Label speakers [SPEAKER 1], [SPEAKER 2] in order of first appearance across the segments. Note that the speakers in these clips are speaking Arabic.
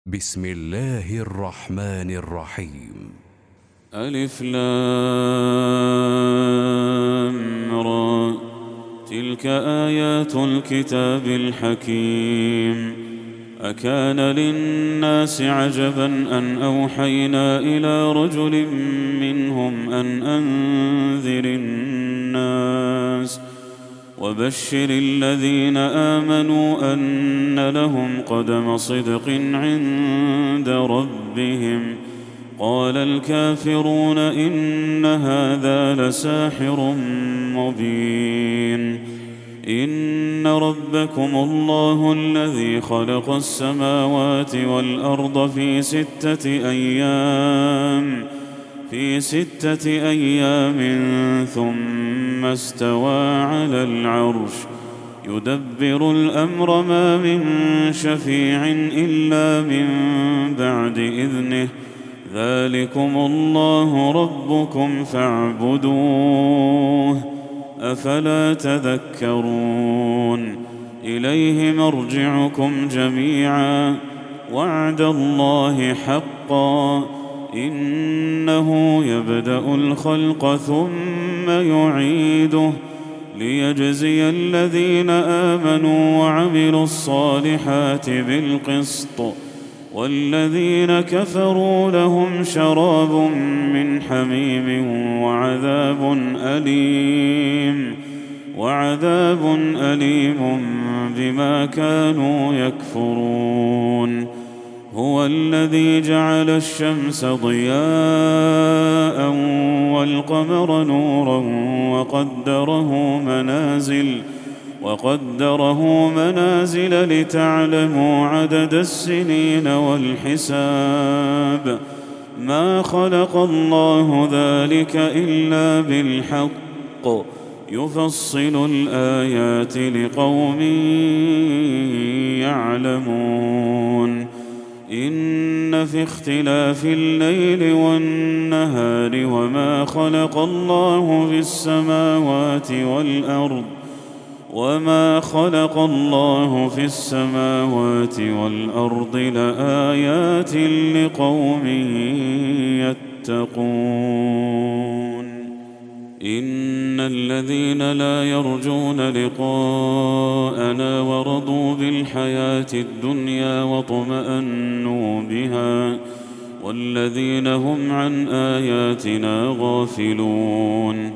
[SPEAKER 1] بسم الله الرحمن الرحيم.
[SPEAKER 2] ألف لام را. تلك آيات الكتاب الحكيم. أكان للناس عجبا أن أوحينا إلى رجل منهم أن أنذر الناس وبشر الذين آمنوا أن لهم قدم صدق عند ربهم. قال الكافرون إن هذا لساحر مبين. إن ربكم الله الذي خلق السماوات والأرض في ستة أيام ثم استوى على العرش يدبر الأمر ما من شفيع إلا من بعد إذنه. ذلكم الله ربكم فاعبدوه أفلا تذكرون. إليه مرجعكم جميعا وعد الله حقا إنه يبدأ الخلق ثم يعيده ليجزي الذين آمنوا وعملوا الصالحات بالقسط والذين كفروا لهم شراب من حميم وعذاب أليم بما كانوا يكفرون. هو الذي جعل الشمس ضياء والقمر نورا وقدره منازل لتعلموا عدد السنين والحساب. ما خلق الله ذلك إلا بالحق يفصل الآيات لقوم يعلمون. إن في اختلاف الليل والنهار وما خلق الله في السماوات والأرض لآيات لقوم يتقون. إن الذين لا يرجون لقاءنا ورضوا بالحياة الدنيا واطمأنوا بها والذين هم عن آياتنا غافلون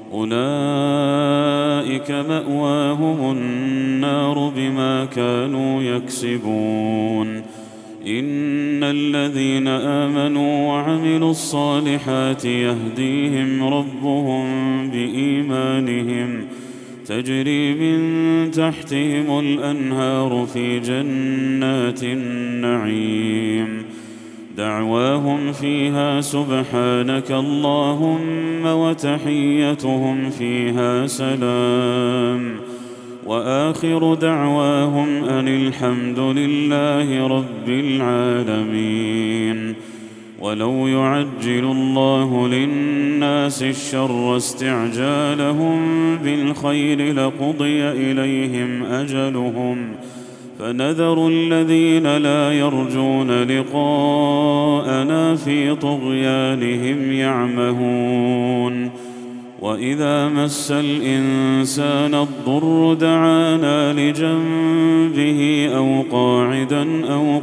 [SPEAKER 2] أولئك مأواهم النار بما كانوا يكسبون. إن الذين آمنوا وعملوا الصالحات يهديهم ربهم بإيمانهم تجري من تحتهم الأنهار في جنات النعيم. دعواهم فيها سبحانك اللهم وتحيتهم فيها سلام وآخر دعواهم أن الحمد لله رب العالمين. ولو يعجل الله للناس الشر استعجالهم بالخير لقضي إليهم أجلهم فنذر الذين لا يرجون لقاءنا في طغيانهم يعمهون. وإذا مس الإنسان الضر دعانا لجنبه أو قاعدا أو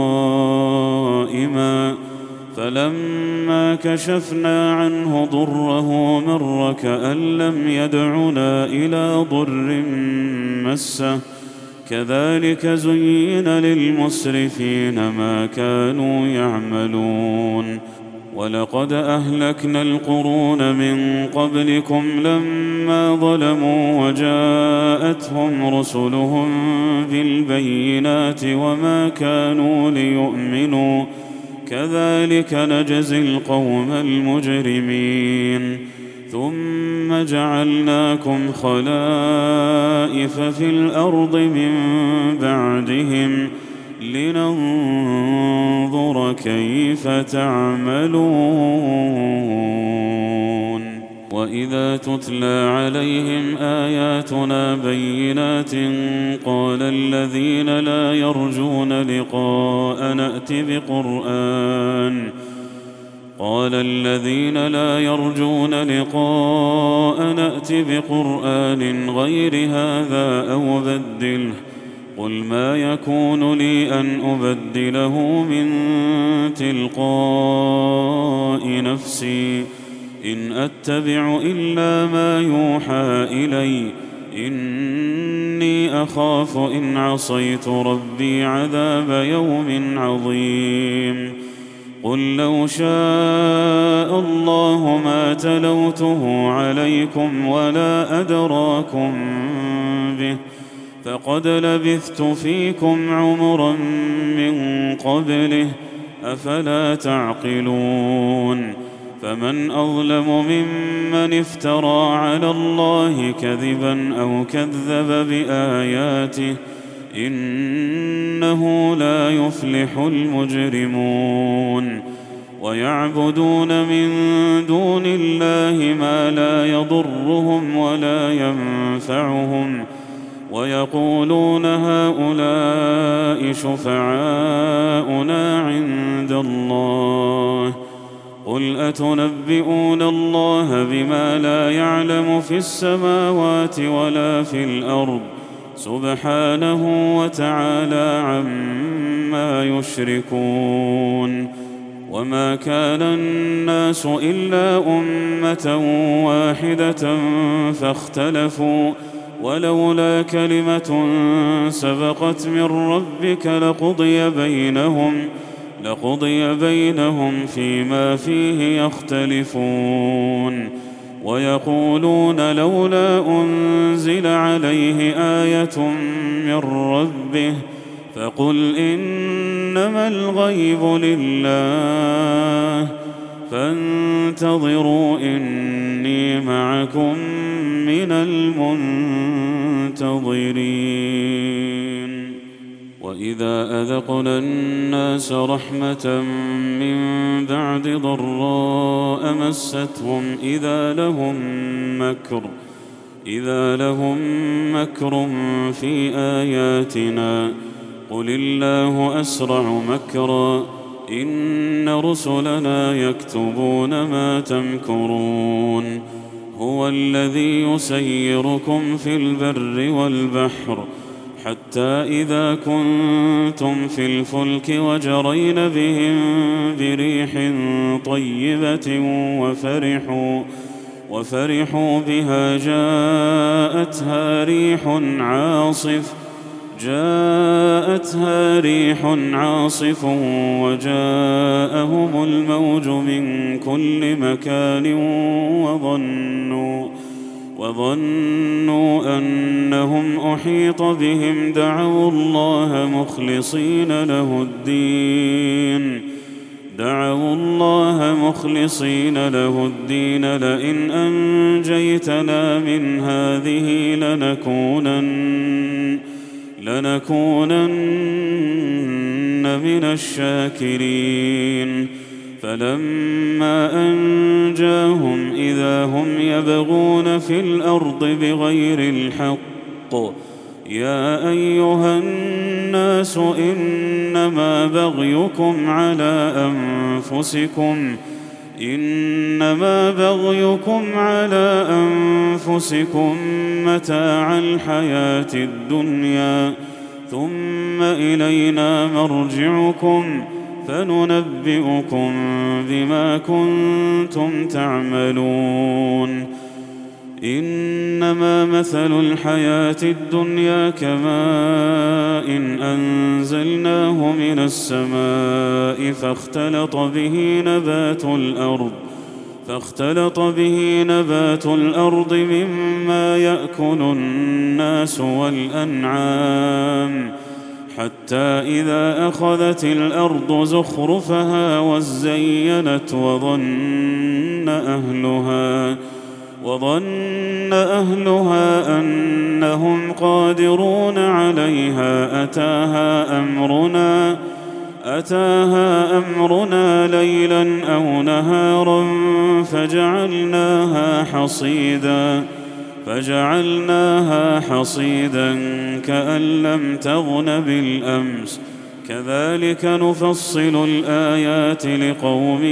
[SPEAKER 2] قائما فلما كشفنا عنه ضره مر كأن لم يدعنا إلى ضر مسه. كذلك زين للمسرفين ما كانوا يعملون. ولقد أهلكنا القرون من قبلكم لما ظلموا وجاءتهم رسلهم بالبينات وما كانوا ليؤمنوا كذلك نجزي القوم المجرمين. ثم جعلناكم خلائف في الأرض من بعدهم لننظر كيف تعملون. وإذا تتلى عليهم آياتنا بينات قال الذين لا يرجون لقاء نأت بقرآن غير هذا أو بدله قل ما يكون لي أن أبدله من تلقاء نفسي إن أتبع إلا ما يوحى إلي إني أخاف إن عصيت ربي عذاب يوم عظيم قل لو شاء الله ما تلوته عليكم ولا أدراكم به فقد لبثت فيكم عمرا من قبله أفلا تعقلون فمن أظلم ممن افترى على الله كذبا أو كذب بآياته إنه لا يفلح المجرمون ويعبدون من دون الله ما لا يضرهم ولا ينفعهم ويقولون هؤلاء شفعاؤنا عند الله قل أتنبئون الله بما لا يعلم في السماوات ولا في الأرض سبحانه وتعالى عما يشركون وما كان الناس إلا أمة واحدة فاختلفوا ولولا كلمة سبقت من ربك لقضي بينهم فيما فيه يختلفون ويقولون لولا أنزل عليه آية من ربه فقل إنما الغيب لله فانتظروا إني معكم من المنتظرين وإذا أذقنا الناس رحمة من بعد ضراء مستهم إذا لهم مكر في آياتنا قل الله أسرع مكرا إن رسلنا يكتبون ما تمكرون هو الذي يسيركم في البر والبحر حتى إذا كنتم في الفلك وجرين بهم بريح طيبة وفرحوا بها جاءتها ريح عاصف وجاءهم الموج من كل مكان وظنوا أنهم أحيط بهم دعوا الله مخلصين له الدين لئن أنجيتنا من هذه لنكونن من الشاكرين فلما أنجاهم إذا هم يبغون في الأرض بغير الحق يا أيها الناس إنما بغيكم على أنفسكم متاع الحياة الدنيا ثم إلينا مرجعكم فننبئكم بما كنتم تعملون إنما مثل الحياة الدنيا كماء أنزلناه من السماء فاختلط به نبات الأرض مما يأكل الناس والأنعام حتى إذا أخذت الأرض زخرفها وزينت وظن أهلها أنهم قادرون عليها أتاها أمرنا ليلا أو نهارا فجعلناها حصيدا كأن لم تغن بالأمس كذلك نفصل الآيات لقوم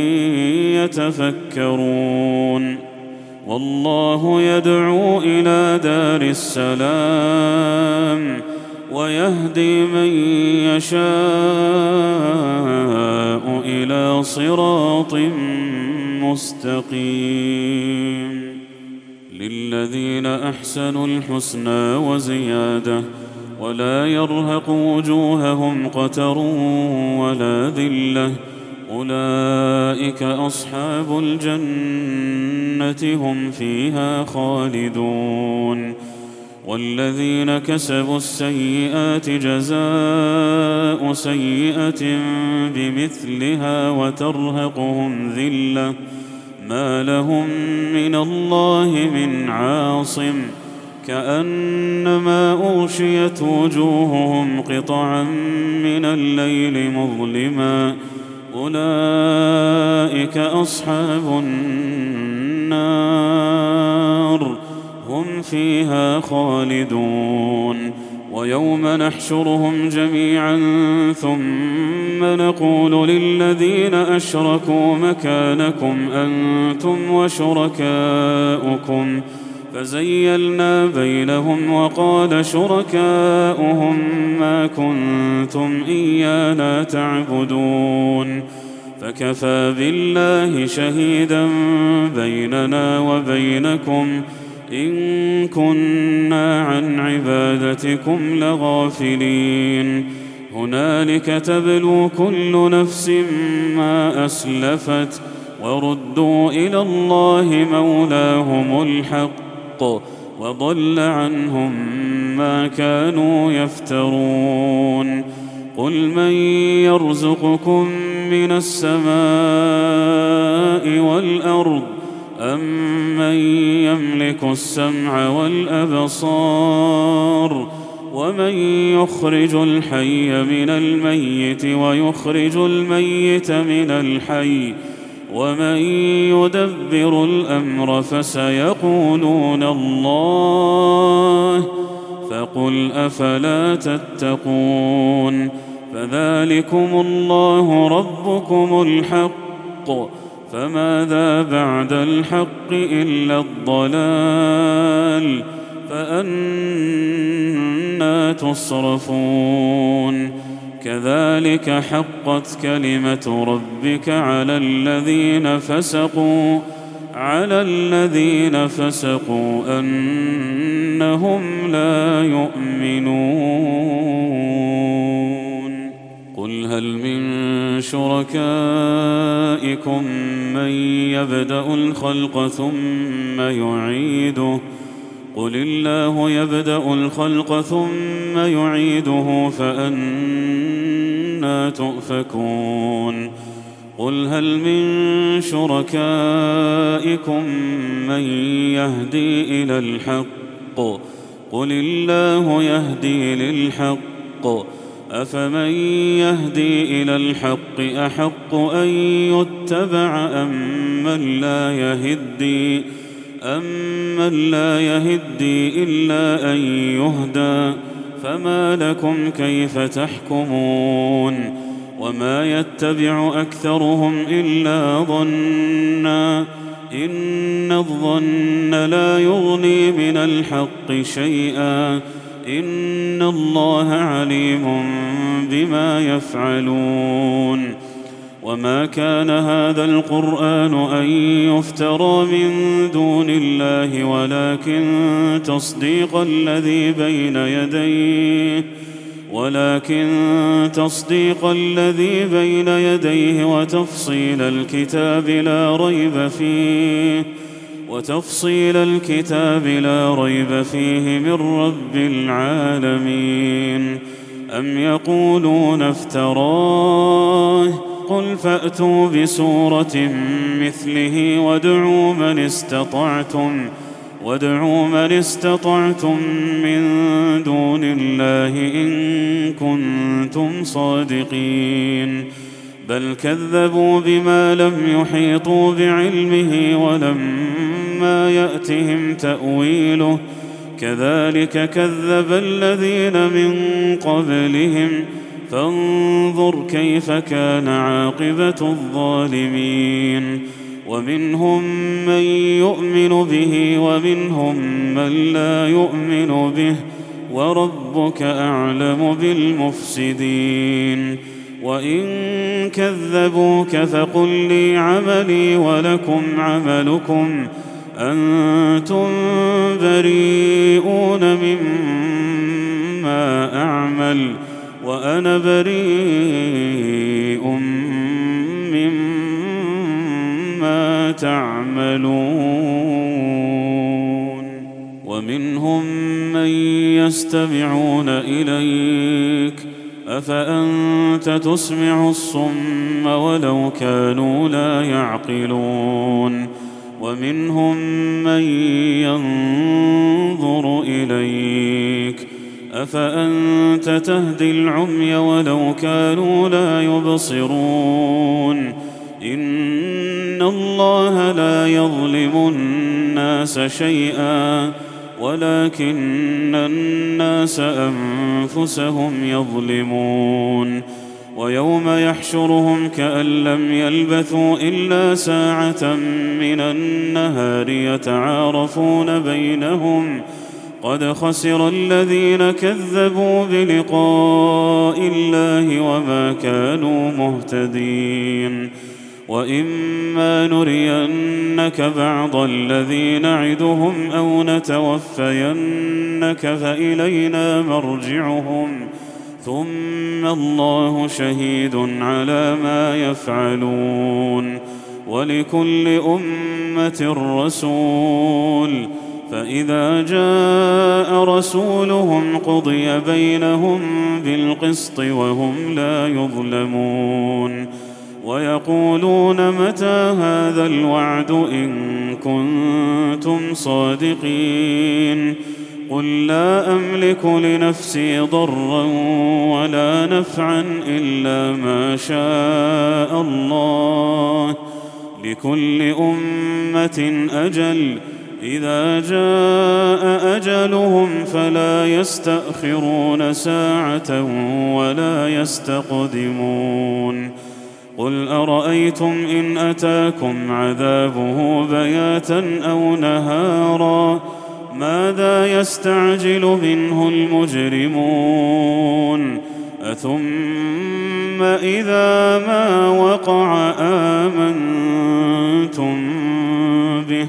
[SPEAKER 2] يتفكرون والله يدعو إلى دار السلام ويهدي من يشاء إلى صراط مستقيم للذين أحسنوا الحسنى وزيادة ولا يرهق وجوههم قتر ولا ذلة أولئك أصحاب الجنة هم فيها خالدون والذين كسبوا السيئات جزاء سيئة بمثلها وترهقهم ذلة ما لهم من الله من عاصم كأنما أغشيت وجوههم قطعا من الليل مظلما أولئك أصحاب النار هم فيها خالدون ويوم نحشرهم جميعا ثم نقول للذين أشركوا مكانكم أنتم وشركاؤكم فزيلنا بينهم وقال شركاؤهم ما كنتم إيانا تعبدون فكفى بالله شهيدا بيننا وبينكم إن كنا عن عبادتكم لغافلين هنالك تبلو كل نفس ما أسلفت وردوا إلى الله مولاهم الحق وضل عنهم ما كانوا يفترون قل من يرزقكم من السماء والأرض أمن يملك السمع والأبصار ومن يخرج الحي من الميت ويخرج الميت من الحي ومن يدبر الأمر فسيقولون الله فقل أفلا تتقون فذلكم الله ربكم الحق فماذا بعد الحق إلا الضلال فأنى تصرفون كذلك حقت كلمة ربك على الذين فسقوا أنهم لا يؤمنون قل هل من شركائكم من يبدأ الخلق ثم يعيده قل الله يبدأ الخلق ثم يعيده فأنى تؤفكون قل هل من شركائكم من يهدي إلى الحق قل الله يهدي للحق أفمن يهدي إلى الحق أحق أن يتبع أمن لا يهدي إلا أن يهدى فما لكم كيف تحكمون وما يتبع أكثرهم إلا ظنا إن الظن لا يغني من الحق شيئا إن الله عليم بما يفعلون وما كان هذا القرآن أن يفترى من دون الله ولكن تصديق الذي بين يديه وتفصيل الكتاب لا ريب فيه من رب العالمين أم يقولون افتراه قل فأتوا بسورة مثله وادعوا من استطعتم وادعوا من استطعتم من دون الله إن كنتم صادقين بل كذبوا بما لم يحيطوا بعلمه ولما يأتهم تأويله كذلك كذب الذين من قبلهم فانظر كيف كان عاقبة الظالمين ومنهم من يؤمن به ومنهم من لا يؤمن به وربك أعلم بالمفسدين وإن كذبوك فقل لي عملي ولكم عملكم أنتم بريئون مما أعمل وأنا بريء مما تعملون ومنهم من يستمعون إليك أفأنت تسمع الصم ولو كانوا لا يعقلون ومنهم من ينظر إليك أفأنت تهدي العمي ولو كانوا لا يبصرون إن الله لا يظلم الناس شيئا ولكن الناس أنفسهم يظلمون ويوم يحشرهم كأن لم يلبثوا إلا ساعة من النهار يتعارفون بينهم قد خسر الذين كذبوا بلقاء الله وما كانوا مهتدين وإما نرينك بعض الذي نعدهم أو نتوفينك فإلينا مرجعهم ثم الله شهيد على ما يفعلون ولكل أمة رسول فإذا جاء رسولهم قضي بينهم بالقسط وهم لا يظلمون ويقولون متى هذا الوعد إن كنتم صادقين قل لا أملك لنفسي ضرا ولا نفعا إلا ما شاء الله لكل أمة أجل إذا جاء أجلهم فلا يستأخرون ساعة ولا يستقدمون قل أرأيتم إن أتاكم عذابه بياتا أو نهارا ماذا يستعجل منه المجرمون أثم إذا ما وقع آمنتم به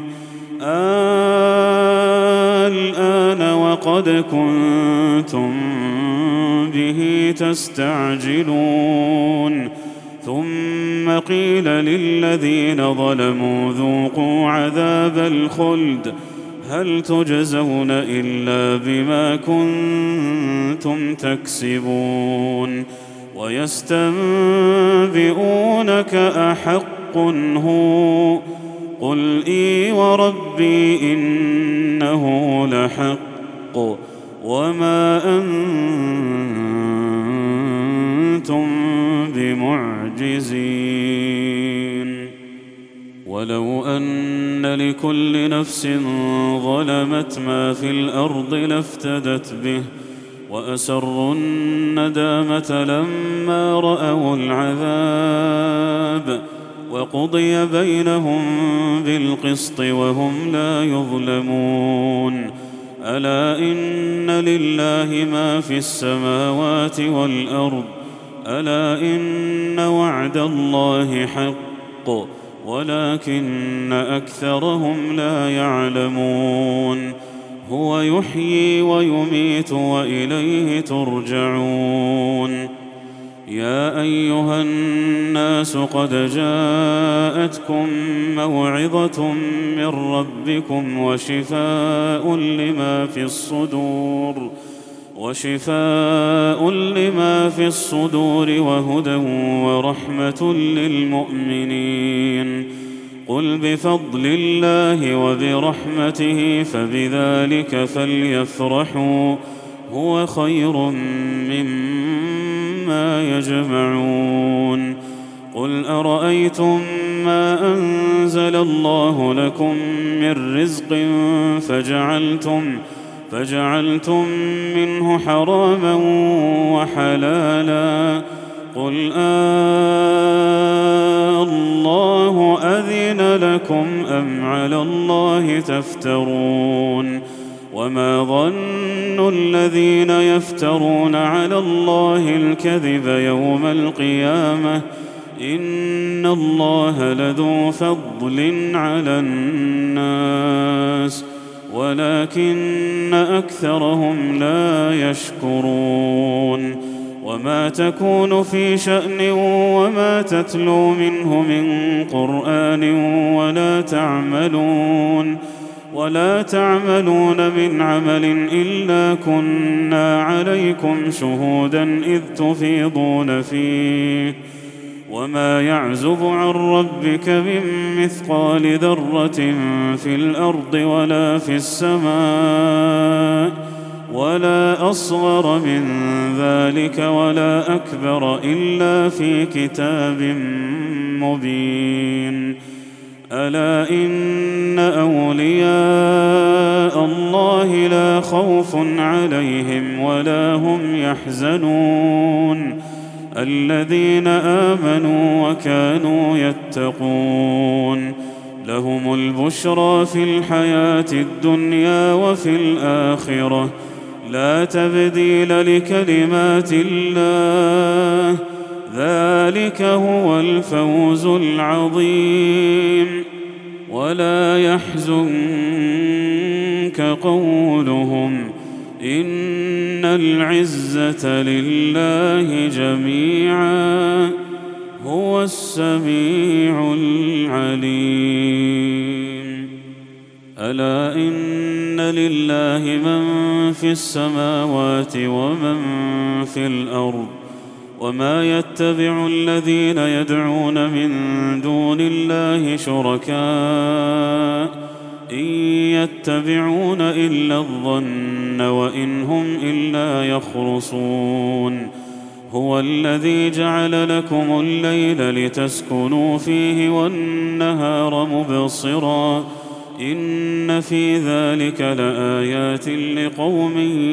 [SPEAKER 2] الآن وقد كنتم به تستعجلون ثم قيل للذين ظلموا ذوقوا عذاب الخلد هل تجزون إلا بما كنتم تكسبون ويستنبئونك أحق هو قل إي وربي إنه لحق وما أنتم بمعجزين ولو أن لكل نفس ظلمت ما في الأرض لافتدت به وأسروا الندامة لما رأوا العذاب وقضي بينهم بالقسط وهم لا يظلمون ألا إن لله ما في السماوات والأرض ألا إن وعد الله حق ولكن أكثرهم لا يعلمون هو يحيي ويميت وإليه ترجعون يا أيها الناس قد جاءتكم موعظة من ربكم وشفاء لما في الصدور وهدى ورحمة للمؤمنين قل بفضل الله وبرحمته فبذلك فليفرحوا هو خير مما يجمعون. قل أرأيتم ما أنزل الله لكم من رزق فجعلتم منه حراما وحلالا قل الله أذن لكم أم على الله تفترون. وما ظن الذين يفترون على الله الكذب يوم القيامة إن الله لذو فضل على الناس ولكن أكثرهم لا يشكرون. وما تكون في شأن وما تتلو منه من قرآن ولا تعملون من عمل إلا كنا عليكم شهودا إذ تفيضون فيه وما يعزب عن ربك من مثقال ذرة في الأرض ولا في السماء ولا أصغر من ذلك ولا أكبر إلا في كتاب مبين. ألا إن أولياء الله لا خوف عليهم ولا هم يحزنون الذين آمنوا وكانوا يتقون. لهم البشرى في الحياة الدنيا وفي الآخرة لا تبديل لكلمات الله ذلك هو الفوز العظيم. ولا يحزنك قولهم إن العزة لله جميعا هو السميع العليم. ألا إن لله من في السماوات ومن في الأرض وما يتبع الذين يدعون من دون الله شركاء إن يتبعون إلا الظن وإن هم إلا يخرصون. هو الذي جعل لكم الليل لتسكنوا فيه والنهار مبصرا إن في ذلك لآيات لقوم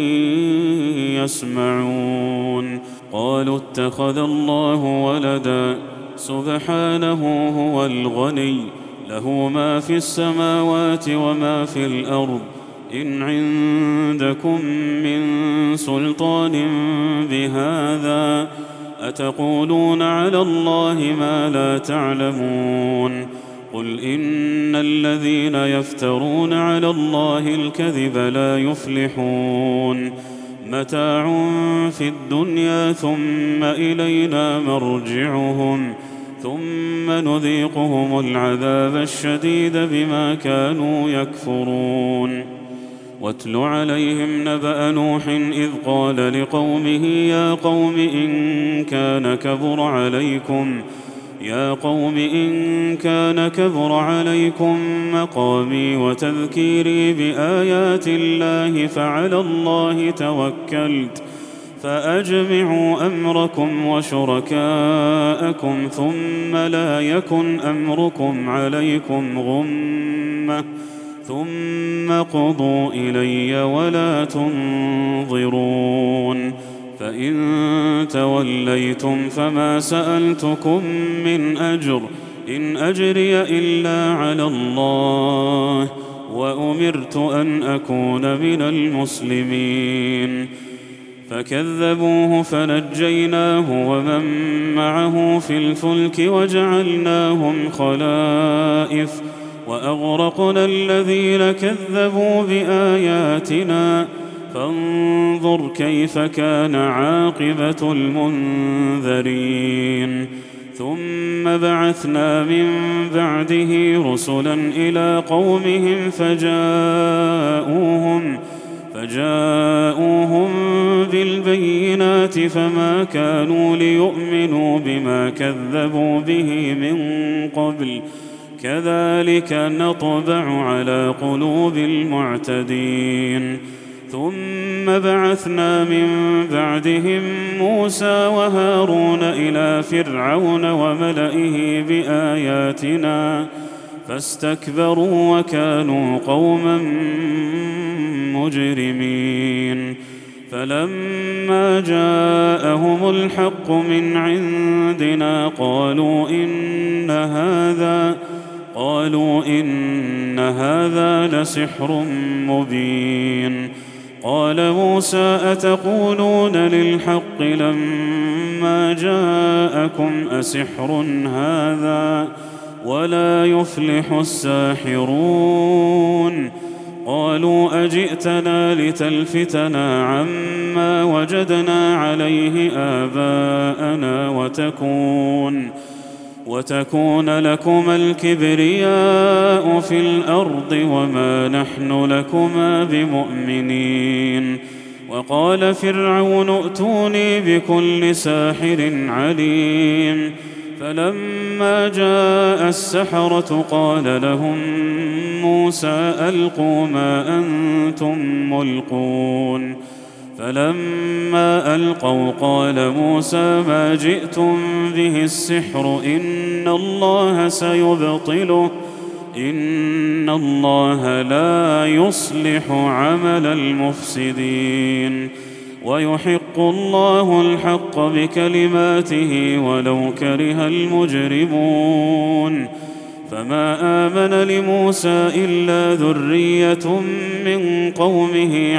[SPEAKER 2] يسمعون. قالوا اتخذ الله ولدا سبحانه هو الغني له ما في السماوات وما في الأرض إن عندكم من سلطان بهذا أتقولون على الله ما لا تعلمون. قل إن الذين يفترون على الله الكذب لا يفلحون. متاع في الدنيا ثم إلينا مرجعهم ثم نذيقهم العذاب الشديد بما كانوا يكفرون. واتل عليهم نبأ نوح إذ قال لقومه يا قوم إن كان كبر عليكم مقامي وتذكيري بآيات الله فعلى الله توكلت فأجمعوا أمركم وشركاءكم ثم لا يكن أمركم عليكم غمة ثم قضوا إلي ولا تنظرون. فإن توليتم فما سألتكم من أجر إن أجري إلا على الله وأمرت أن أكون من المسلمين. فكذبوه فنجيناه ومن معه في الفلك وجعلناهم خلائف وأغرقنا الذين كذبوا بآياتنا فانظر كيف كان عاقبة المنذرين. ثم بعثنا من بعده رسلا إلى قومهم فجاءوهم بالبينات فما كانوا ليؤمنوا بما كذبوا به من قبل كذلك نطبع على قلوب المعتدين ثم بعثنا من بعدهم موسى وهارون إلى فرعون وملئه بآياتنا فاستكبروا وكانوا قوما مجرمين فلما جاءهم الحق من عندنا قالوا إن هذا لسحر مبين قال موسى أتقولون للحق لما جاءكم أسحر هذا ولا يفلح الساحرون قالوا أجئتنا لتلفتنا عما وجدنا عليه آباءنا وتكون لكما الكبرياء في الأرض وما نحن لكما بمؤمنين وقال فرعون ائتوني بكل ساحر عليم فلما جاء السحرة قال لهم موسى ألقوا ما أنتم ملقون فلما ألقوا قال موسى ما جئتم به السحر إن الله سيبطله إن الله لا يصلح عمل المفسدين ويحق الله الحق بكلماته ولو كره المجرمون فما آمن لموسى إلا ذرية من قومه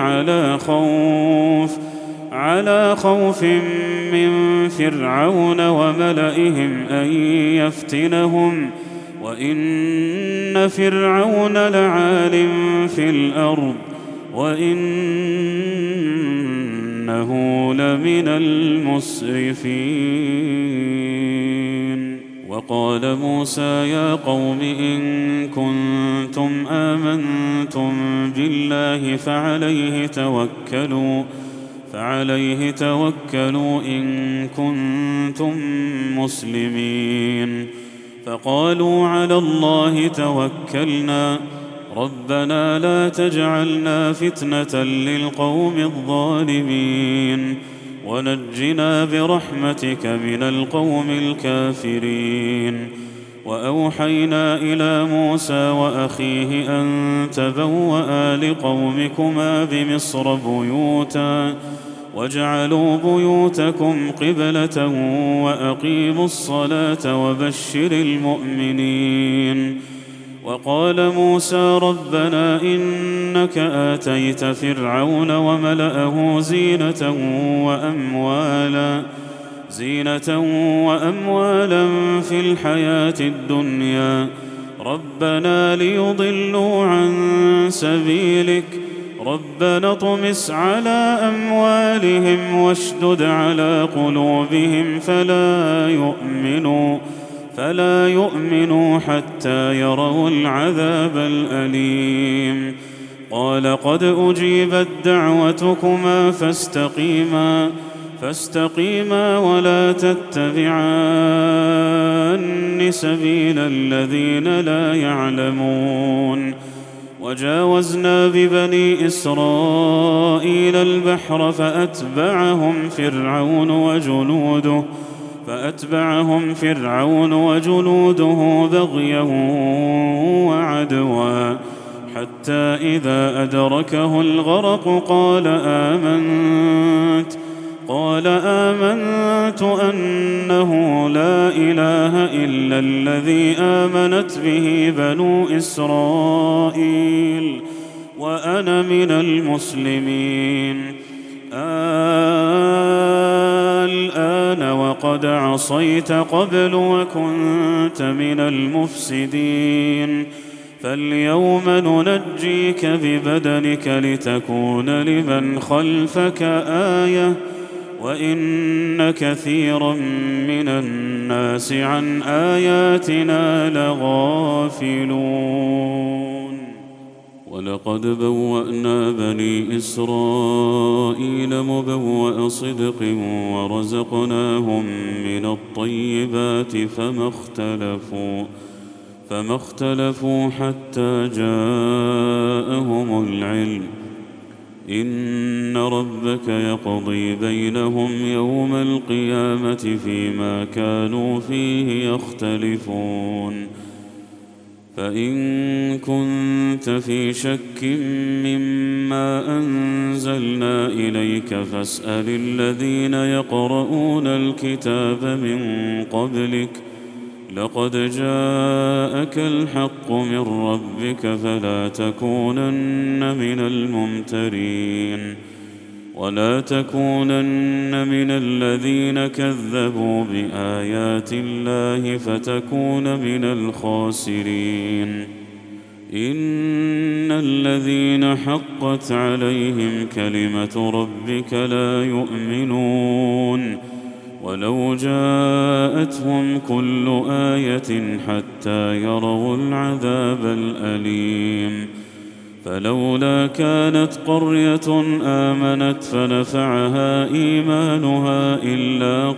[SPEAKER 2] على خوف من فرعون وملئهم أن يفتنهم وإن فرعون لعال في الأرض وإنه لمن المسرفين وقال موسى يا قوم إن كنتم آمنتم بالله فعليه توكلوا إن كنتم مسلمين فقالوا على الله توكلنا ربنا لا تجعلنا فتنة للقوم الظالمين ونجنا برحمتك من القوم الكافرين وأوحينا إلى موسى وأخيه أن تبوأ لقومكما بمصر بيوتا واجعلوا بيوتكم قبلة وأقيموا الصلاة وبشر المؤمنين وقال موسى ربنا إنك آتيت فرعون وملأه زينة وأموالا في الحياة الدنيا ربنا ليضلوا عن سبيلك ربنا اطمس على أموالهم واشدد على قلوبهم فلا يؤمنوا حتى يروا العذاب الأليم قال قد أجيبت دعوتكما فاستقيما ولا تتبعان سبيل الذين لا يعلمون وجاوزنا ببني إسرائيل البحر فأتبعهم فرعون وجنوده بغيا وعدوا حتى إذا أدركه الغرق قال آمنت أنه لا إله إلا الذي آمنت به بنو إسرائيل وأنا من المسلمين الآن وقد عصيت قبل وكنت من المفسدين فاليوم ننجيك ببدنك لتكون لمن خلفك آية وإن كثيرا من الناس عن آياتنا لغافلون ولقد بوأنا بني إسرائيل مبوأ صدق ورزقناهم من الطيبات فما اختلفوا حتى جاءهم العلم إن ربك يقضي بينهم يوم القيامة فيما كانوا فيه يختلفون فإن كنت في شك مما أنزلنا إليك فاسأل الذين يقرؤون الكتاب من قبلك لقد جاءك الحق من ربك فلا تكونن من الممترين ولا تكونن من الذين كذبوا بآيات الله فتكون من الخاسرين إن الذين حقت عليهم كلمة ربك لا يؤمنون ولو جاءتهم كل آية حتى يروا العذاب الأليم فلولا كانت قرية آمنت فنفعها إيمانها إلا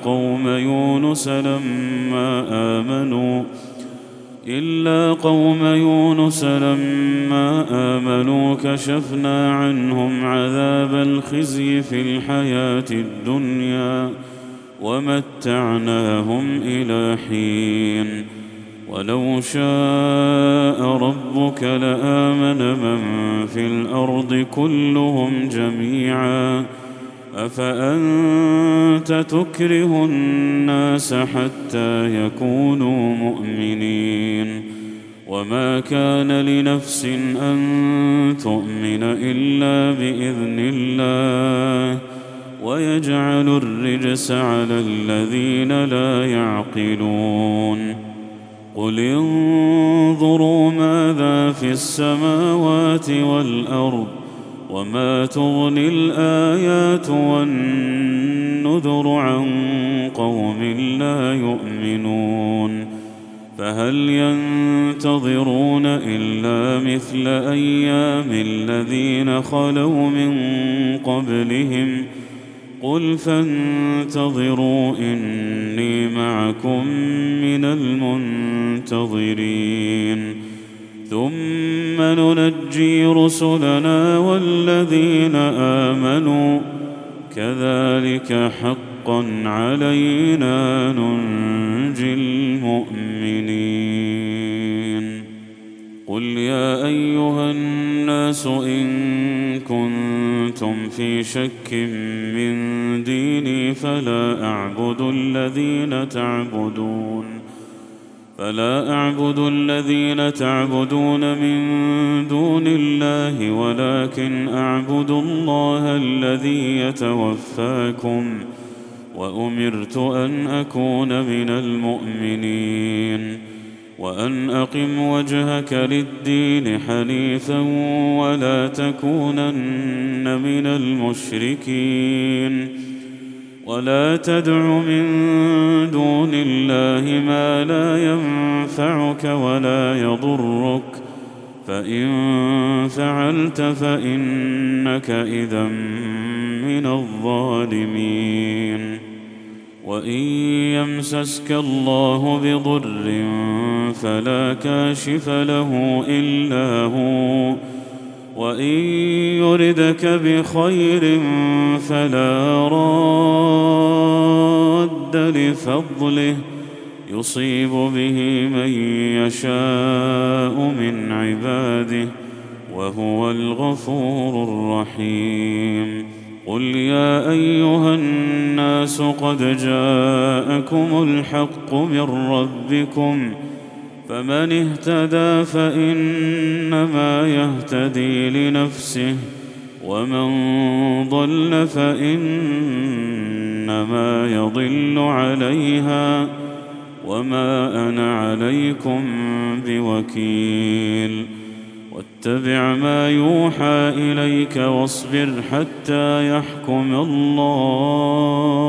[SPEAKER 2] قوم يونس لما آمنوا كشفنا عنهم عذاب الخزي في الحياة الدنيا ومتعناهم إلى حين ولو شاء ربك لآمن من في الأرض كلهم جميعا أفأنت تكره الناس حتى يكونوا مؤمنين وما كان لنفس أن تؤمن إلا بإذن الله ويجعل الرجس على الذين لا يعقلون قل انظروا ماذا في السماوات والأرض وما تغني الآيات والنذر عن قوم لا يؤمنون فهل ينتظرون إلا مثل أيام الذين خلوا من قبلهم قل فانتظروا إني معكم من المنتظرين ثم ننجي رسلنا والذين آمنوا كذلك حقا علينا ننجي المؤمنين قل يا أيها الناس إن كنتم في شك من ديني فلا أعبد الذين تعبدون من دون الله ولكن أعبد الله الذي يتوفاكم وأمرت أن أكون من المؤمنين وأن أقم وجهك للدين حنيفا ولا تكونن من المشركين ولا تدع من دون الله ما لا ينفعك ولا يضرك فإن فعلت فإنك إذا من الظالمين وإن يمسسك الله بضر فلا كاشف له إلا هو وإن يردك بخير فلا راد لفضله يصيب به من يشاء من عباده وهو الغفور الرحيم قل يا أيها الناس قد جاءكم الحق من ربكم فمن اهتدى فإنما يهتدي لنفسه ومن ضل فإنما يضل عليها وما أنا عليكم بوكيل واتبع ما يوحى إليك واصبر حتى يحكم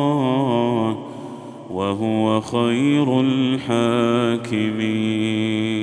[SPEAKER 2] الله وهو خير الحاكمين.